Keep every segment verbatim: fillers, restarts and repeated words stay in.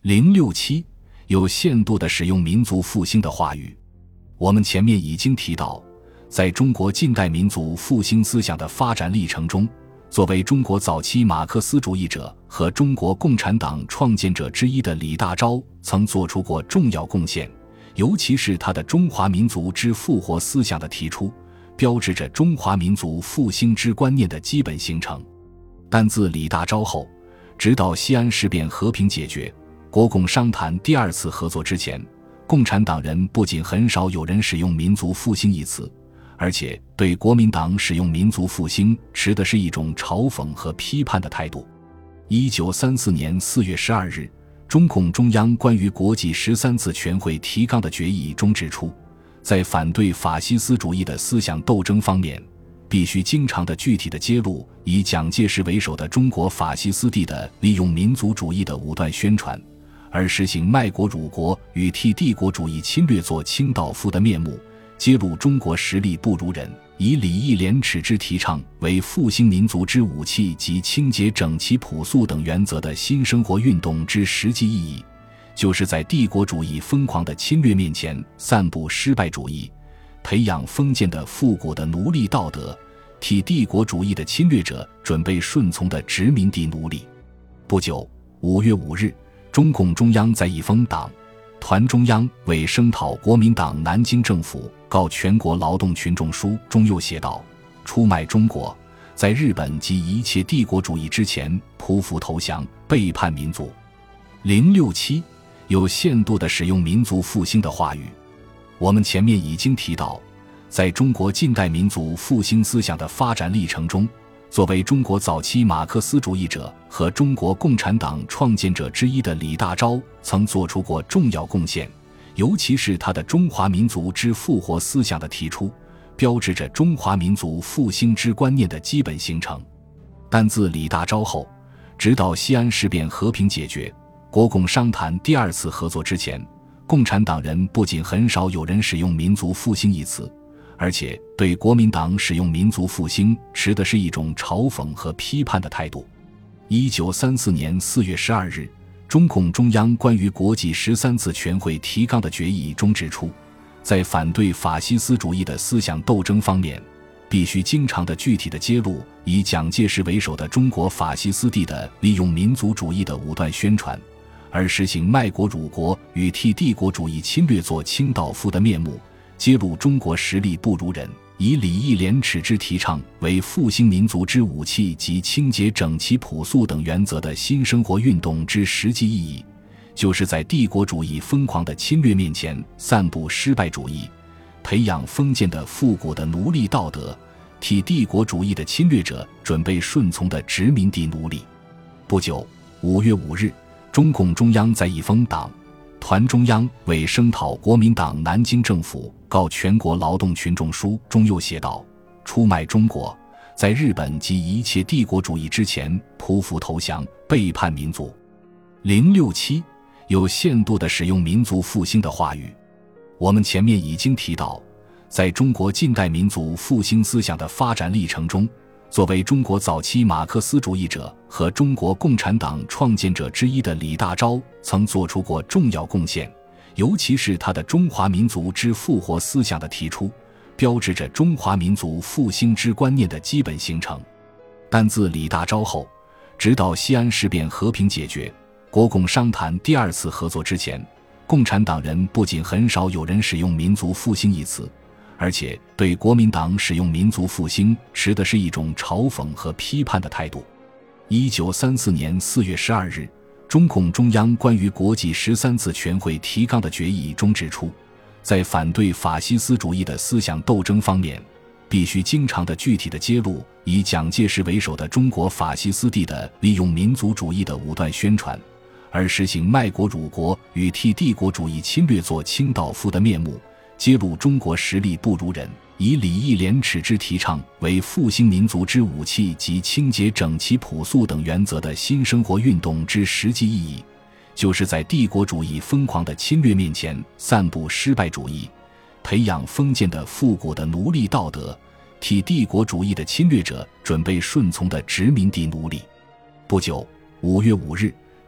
零六七有限度地使用民族复兴的话语。我们前面已经提到，在中国近代民族复兴思想的发展历程中，作为中国早期马克思主义者和中国共产党创建者之一的李大钊曾做出过重要贡献，尤其是他的中华民族之复活思想的提出，标志着中华民族复兴之观念的基本形成。但自李大钊后，直到西安事变和平解决，国共商谈第二次合作之前，共产党人不仅很少有人使用民族复兴一词，而且对国民党使用民族复兴持的是一种嘲讽和批判的态度。一九三四年四月十二日，中共中央关于国际十三次全会提纲的决议中指出，在反对法西斯主义的思想斗争方面，必须经常的具体的揭露以蒋介石为首的中国法西斯帝的利用民族主义的武断宣传，而实行卖国辱国与替帝国主义侵略做清道夫的面目，揭露中国实力不如人，以礼义廉耻之提倡为复兴民族之武器及清洁整齐朴素等原则的新生活运动之实际意义，就是在帝国主义疯狂的侵略面前散布失败主义，培养封建的复古的奴隶道德，替帝国主义的侵略者准备顺从的殖民地奴隶。不久，五月五日，中共中央在一封党团中央为声讨国民党南京政府告全国劳动群众书中又写道：出卖中国，在日本及一切帝国主义之前匍匐投降，背叛民族。零六七有限度地使用民族复兴的话语。我们前面已经提到，在中国近代民族复兴思想的发展历程中，作为中国早期马克思主义者和中国共产党创建者之一的李大钊曾做出过重要贡献，尤其是他的中华民族之复活思想的提出，标志着中华民族复兴之观念的基本形成。但自李大钊后，直到西安事变和平解决，国共商谈第二次合作之前，共产党人不仅很少有人使用民族复兴一词，而且对国民党使用民族复兴持的是一种嘲讽和批判的态度。一九三四年四月十二日，中共中央关于国际十三次全会提纲的决议中指出，在反对法西斯主义的思想斗争方面，必须经常的具体的揭露以蒋介石为首的中国法西斯帝的利用民族主义的武断宣传，而实行卖国辱国与替帝国主义侵略做清道夫的面目，揭露中国实力不如人，以礼义廉耻之提倡为复兴民族之武器及清洁整齐朴素等原则的新生活运动之实际意义，就是在帝国主义疯狂的侵略面前散布失败主义，培养封建的复古的奴隶道德，替帝国主义的侵略者准备顺从的殖民地奴隶。不久，五月五日，中共中央在一封党团中央为声讨国民党南京政府告全国劳动群众书中又写道：出卖中国，在日本及一切帝国主义之前匍匐投降，背叛民族。零六七有限度地使用民族复兴的话语。我们前面已经提到，在中国近代民族复兴思想的发展历程中，作为中国早期马克思主义者和中国共产党创建者之一的李大钊曾做出过重要贡献，尤其是他的中华民族之复活思想的提出，标志着中华民族复兴之观念的基本形成。但自李大钊后，直到西安事变和平解决，国共商谈第二次合作之前，共产党人不仅很少有人使用民族复兴一词，而且对国民党使用民族复兴持的是一种嘲讽和批判的态度。一九三四年四月十二日，中共中央关于国际十三次全会提纲的决议中指出，在反对法西斯主义的思想斗争方面，必须经常的具体的揭露以蒋介石为首的中国法西斯帝的利用民族主义的武断宣传，而实行卖国辱国与替帝国主义侵略做清道夫的面目，揭露中国实力不如人，以礼义廉耻之提倡为复兴民族之武器及清洁整齐朴素等原则的新生活运动之实际意义，就是在帝国主义疯狂的侵略面前散布失败主义，培养封建的复古的奴隶道德，替帝国主义的侵略者准备顺从的殖民地奴隶。不久，五月五日，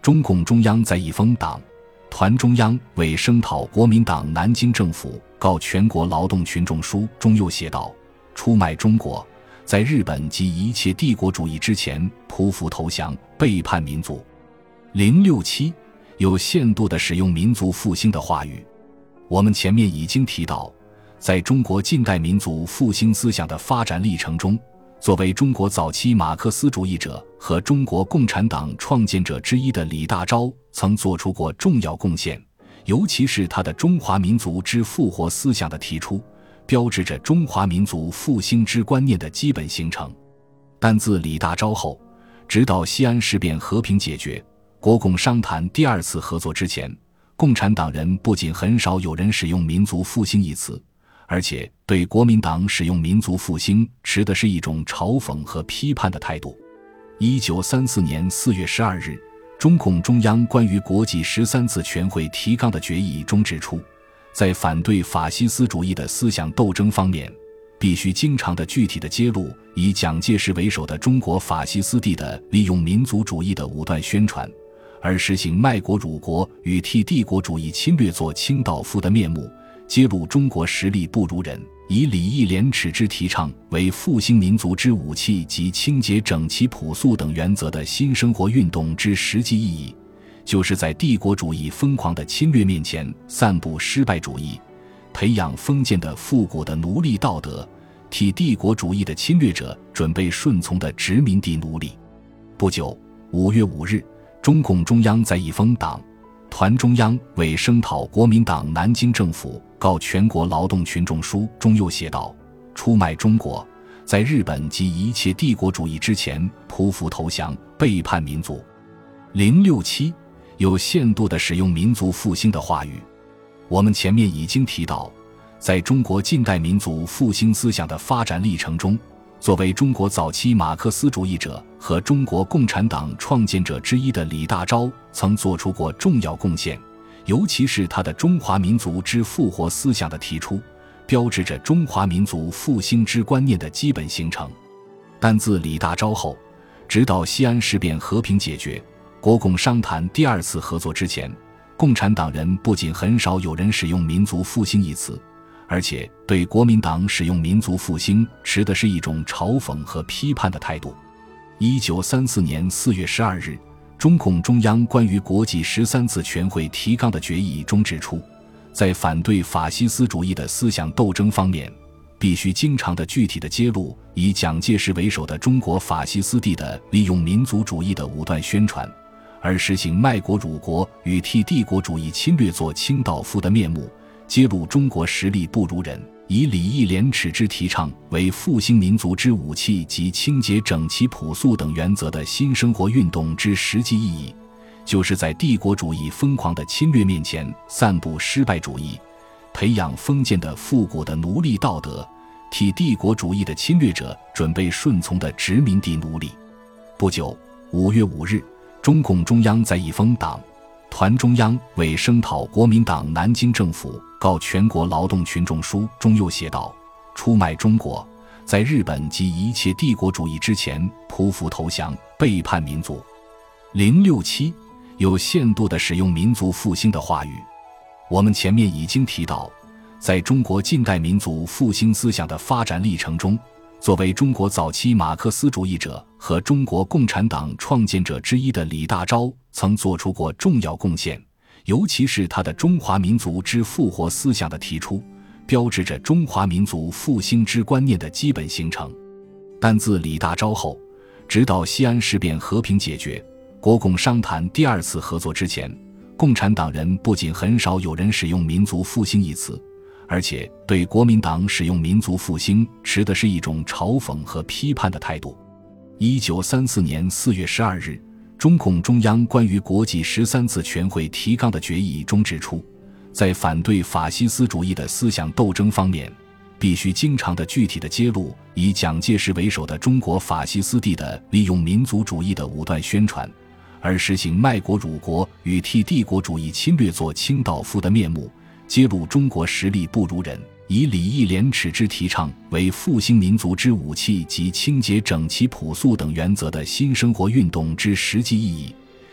中共中央在一封党团中央为声讨国民党南京政府告全国劳动群众书中又写道：出卖中国，在日本及一切帝国主义之前匍匐投降，背叛民族。零六七有限度地使用民族复兴的话语。我们前面已经提到，在中国近代民族复兴思想的发展历程中，作为中国早期马克思主义者和中国共产党创建者之一的李大钊曾做出过重要贡献，尤其是他的中华民族之复活思想的提出，标志着中华民族复兴之观念的基本形成。但自李大钊后，直到西安事变和平解决，国共商谈第二次合作之前，共产党人不仅很少有人使用民族复兴一词，而且对国民党使用民族复兴持的是一种嘲讽和批判的态度。一九三四年四月十二日，中共中央关于国际十三次全会提纲的决议中指出，在反对法西斯主义的思想斗争方面，必须经常的具体的揭露以蒋介石为首的中国法西斯帝的利用民族主义的武断宣传，而实行卖国辱国与替帝国主义侵略做清道夫的面目，揭露中国实力不如人，以礼义廉耻之提倡为复兴民族之武器及清洁整齐朴素等原则的新生活运动之实际意义，就是在帝国主义疯狂的侵略面前散布失败主义，培养封建的复古的奴隶道德，替帝国主义的侵略者准备顺从的殖民地奴隶。不久，五月五日，中共中央在一封党团中央为声讨国民党南京政府告全国劳动群众书中又写道：出卖中国，在日本及一切帝国主义之前匍匐投降，背叛民族。零六七有限度地使用民族复兴的话语。我们前面已经提到，在中国近代民族复兴思想的发展历程中，作为中国早期马克思主义者和中国共产党创建者之一的李大钊曾做出过重要贡献，尤其是他的中华民族之复活思想的提出，标志着中华民族复兴之观念的基本形成。但自李大钊后，直到西安事变和平解决，国共商谈第二次合作之前，共产党人不仅很少有人使用民族复兴一词，而且对国民党使用民族复兴持的是一种嘲讽和批判的态度。一九三四年四月十二日，中共中央关于国际十三次全会提纲的决议中指出，在反对法西斯主义的思想斗争方面，必须经常的具体的揭露以蒋介石为首的中国法西斯帝的利用民族主义的武断宣传，而实行卖国辱国与替帝国主义侵略做清道夫的面目，揭露中国实力不如人，以礼义廉耻之提倡为复兴民族之武器及清洁整齐朴素等原则的新生活运动之实际意义，就是在帝国主义疯狂的侵略面前散布失败主义，培养封建的复古的奴隶道德，替帝国主义的侵略者准备顺从的殖民地奴隶。不久，五月五日，中共中央在一封党团中央为声讨国民党南京政府告全国劳动群众书中又写道：出卖中国，在日本及一切帝国主义之前匍匐投降，背叛民族。零六七有限度地使用民族复兴的话语。我们前面已经提到，在中国近代民族复兴思想的发展历程中，作为中国早期马克思主义者和中国共产党创建者之一的李大钊曾做出过重要贡献，尤其是他的中华民族之复活思想的提出，标志着中华民族复兴之观念的基本形成。但自李大钊后，直到西安事变和平解决，国共商谈第二次合作之前，共产党人不仅很少有人使用民族复兴一词，而且对国民党使用民族复兴持的是一种嘲讽和批判的态度。一九三四年四月十二日，中共中央关于国际十三次全会提纲的决议中指出，在反对法西斯主义的思想斗争方面，必须经常的具体的揭露以蒋介石为首的中国法西斯帝的利用民族主义的武断宣传，而实行卖国辱国与替帝国主义侵略做清道夫的面目，揭露中国实力不如人，以礼义廉耻之提倡为复兴民族之武器及清洁整齐朴素等原则的新生活运动之实际意义，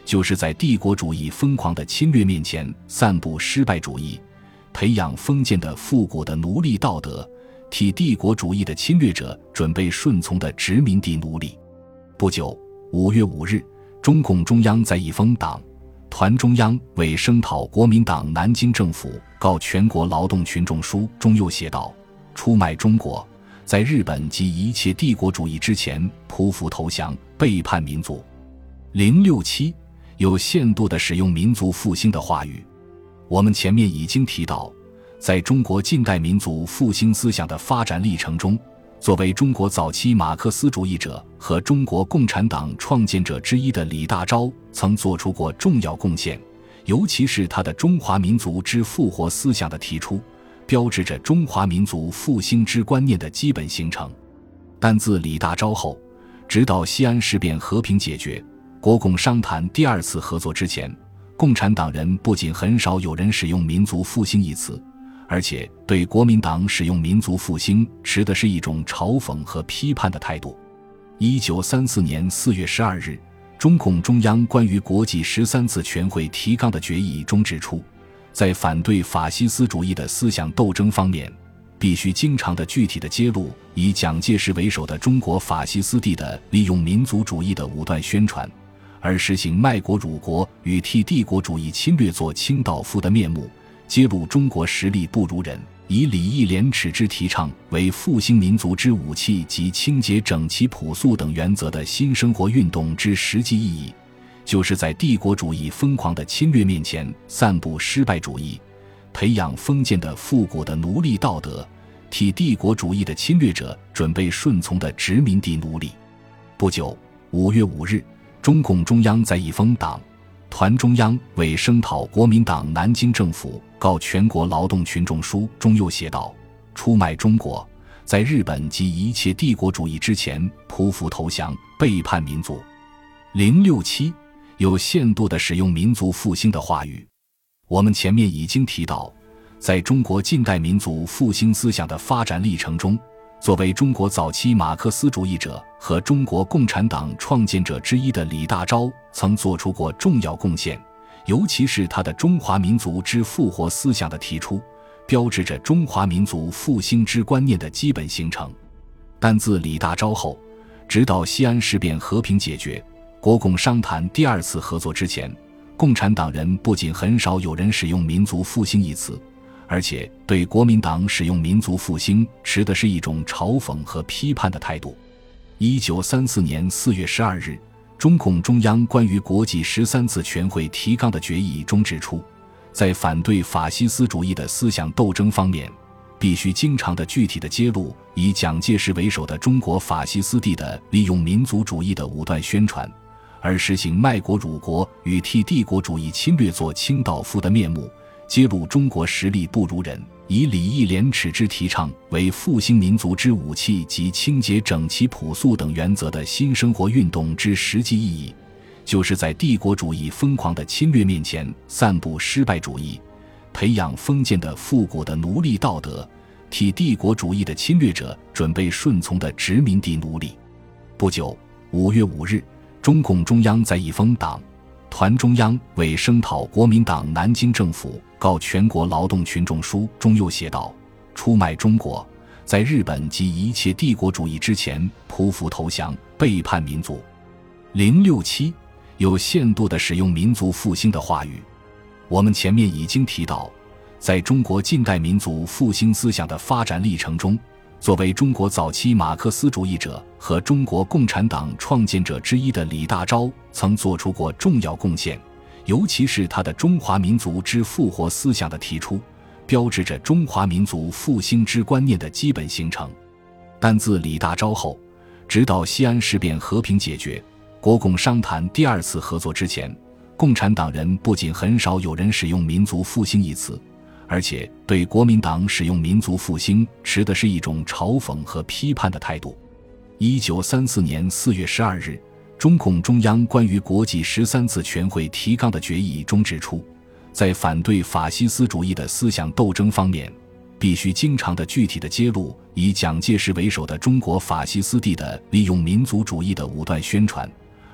就是在帝国主义疯狂的侵略面前散布失败主义，培养封建的复古的奴隶道德，替帝国主义的侵略者准备顺从的殖民地奴隶。不久，五月五日，中共中央在一封党团中央为声讨国民党南京政府告全国劳动群众书中又写道：出卖中国，在日本及一切帝国主义之前匍匐投降，背叛民族。零六七有限度地使用民族复兴的话语。我们前面已经提到，在中国近代民族复兴思想的发展历程中，作为中国早期马克思主义者和中国共产党创建者之一的李大钊曾做出过重要贡献，尤其是他的中华民族之复活思想的提出，标志着中华民族复兴之观念的基本形成。但自李大钊后，直到西安事变和平解决，国共商谈第二次合作之前，共产党人不仅很少有人使用民族复兴一词，而且对国民党使用民族复兴持的是一种嘲讽和批判的态度。一九三四年四月十二日，中共中央关于国际十三次全会提纲的决议中指出，在反对法西斯主义的思想斗争方面，必须经常的具体的揭露以蒋介石为首的中国法西斯帝的利用民族主义的武断宣传，而实行卖国辱国与替帝国主义侵略做清道夫的面目，揭露中国实力不如人，以礼义廉耻之提倡为复兴民族之武器及清洁整齐朴素等原则的新生活运动之实际意义，就是在帝国主义疯狂的侵略面前散布失败主义，培养封建的复古的奴隶道德，替帝国主义的侵略者准备顺从的殖民地奴隶。不久，五月五日，中共中央在一封党团中央为声讨国民党南京政府告全国劳动群众书中又写道：出卖中国，在日本及一切帝国主义之前匍匐投降，背叛民族。零六七有限度地使用民族复兴的话语。我们前面已经提到，在中国近代民族复兴思想的发展历程中，作为中国早期马克思主义者和中国共产党创建者之一的李大钊曾做出过重要贡献，尤其是他的中华民族之复活思想的提出，标志着中华民族复兴之观念的基本形成。但自李大钊后，直到西安事变和平解决，国共商谈第二次合作之前，共产党人不仅很少有人使用民族复兴一词，而且对国民党使用民族复兴持的是一种嘲讽和批判的态度。一九三四年四月十二日，中共中央关于国际十三次全会提纲的决议中指出，在反对法西斯主义的思想斗争方面，必须经常的具体的揭露以蒋介石为首的中国法西斯帝的利用民族主义的武断宣传，而实行卖国辱国与替帝国主义侵略做清道夫的面目，揭露中国实力不如人，以礼义廉耻之提倡为复兴民族之武器及清洁整齐朴素等原则的新生活运动之实际意义，就是在帝国主义疯狂的侵略面前散布失败主义，培养封建的复古的奴隶道德，替帝国主义的侵略者准备顺从的殖民地奴隶。不久，五月五日，中共中央在一封党团中央为声讨国民党南京政府告全国劳动群众书中又写道：出卖中国，在日本及一切帝国主义之前匍匐投降，背叛民族。零六七有限度地使用民族复兴的话语。我们前面已经提到，在中国近代民族复兴思想的发展历程中，作为中国早期马克思主义者和中国共产党创建者之一的李大钊曾做出过重要贡献，尤其是他的中华民族之复活思想的提出，标志着中华民族复兴之观念的基本形成。但自李大钊后，直到西安事变和平解决，国共商谈第二次合作之前，共产党人不仅很少有人使用民族复兴一词，而且对国民党使用民族复兴持的是一种嘲讽和批判的态度。一九三四年四月十二日，中共中央关于国际十三次全会提纲的决议中指出，在反对法西斯主义的思想斗争方面，必须经常的具体的揭露以蒋介石为首的中国法西斯帝的利用民族主义的武断宣传，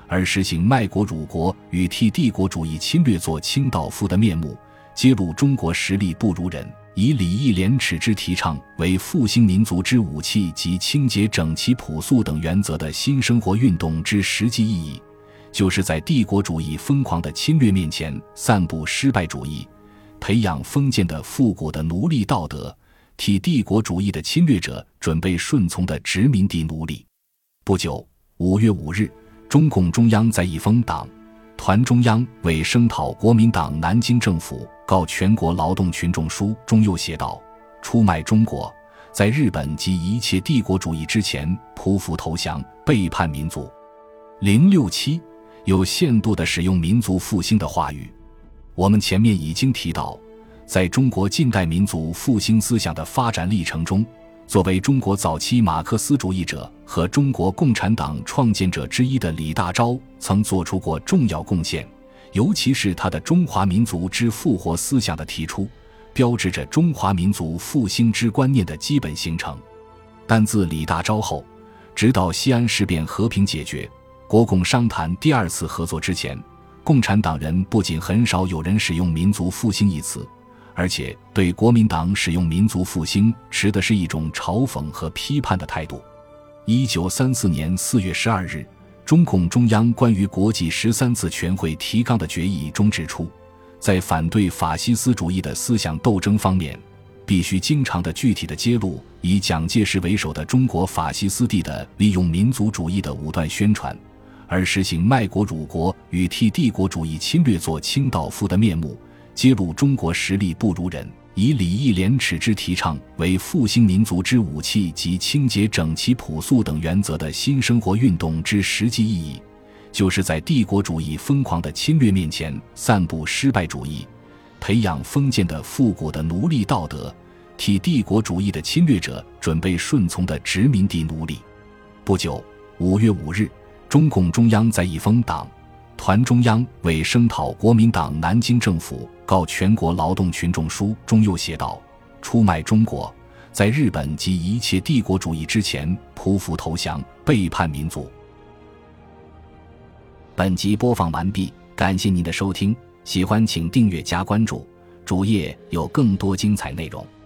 而实行卖国辱国与替帝国主义侵略做清道夫的面目，揭露中国实力不如人，以礼义廉耻之提倡为复兴民族之武器及清洁整齐朴素等原则的新生活运动之实际意义，就是在帝国主义疯狂的侵略面前散布失败主义，培养封建的复古的奴隶道德，替帝国主义的侵略者准备顺从的殖民地奴隶。不久，五月五日，中共中央在一封党团中央为声讨国民党南京政府告全国劳动群众书中又写道：出卖中国，在日本及一切帝国主义之前匍匐投降，背叛民族。零六七有限度地使用民族复兴的话语。我们前面已经提到，在中国近代民族复兴思想的发展历程中，作为中国早期马克思主义者和中国共产党创建者之一的李大钊曾做出过重要贡献，尤其是他的中华民族之复活思想的提出，标志着中华民族复兴之观念的基本形成。但自李大钊后，直到西安事变和平解决，国共商谈第二次合作之前，共产党人不仅很少有人使用民族复兴一词，而且对国民党使用民族复兴持的是一种嘲讽和批判的态度。一九三四年四月十二日，中共中央关于国际十三次全会提纲的决议中指出，在反对法西斯主义的思想斗争方面，必须经常的具体的揭露以蒋介石为首的中国法西斯帝的利用民族主义的武断宣传，而实行卖国辱国与替帝国主义侵略做清道夫的面目，揭露中国实力不如人，以礼义廉耻之提倡为复兴民族之武器及清洁整齐朴素等原则的新生活运动之实际意义，就是在帝国主义疯狂的侵略面前散布失败主义，培养封建的复古的奴隶道德，替帝国主义的侵略者准备顺从的殖民地奴隶。不久，五月五日，中共中央在一封党团中央为声讨国民党南京政府告全国劳动群众书中又写道：出卖中国，在日本及一切帝国主义之前匍匐投降，背叛民族。本集播放完毕，感谢您的收听，喜欢请订阅加关注，主页有更多精彩内容。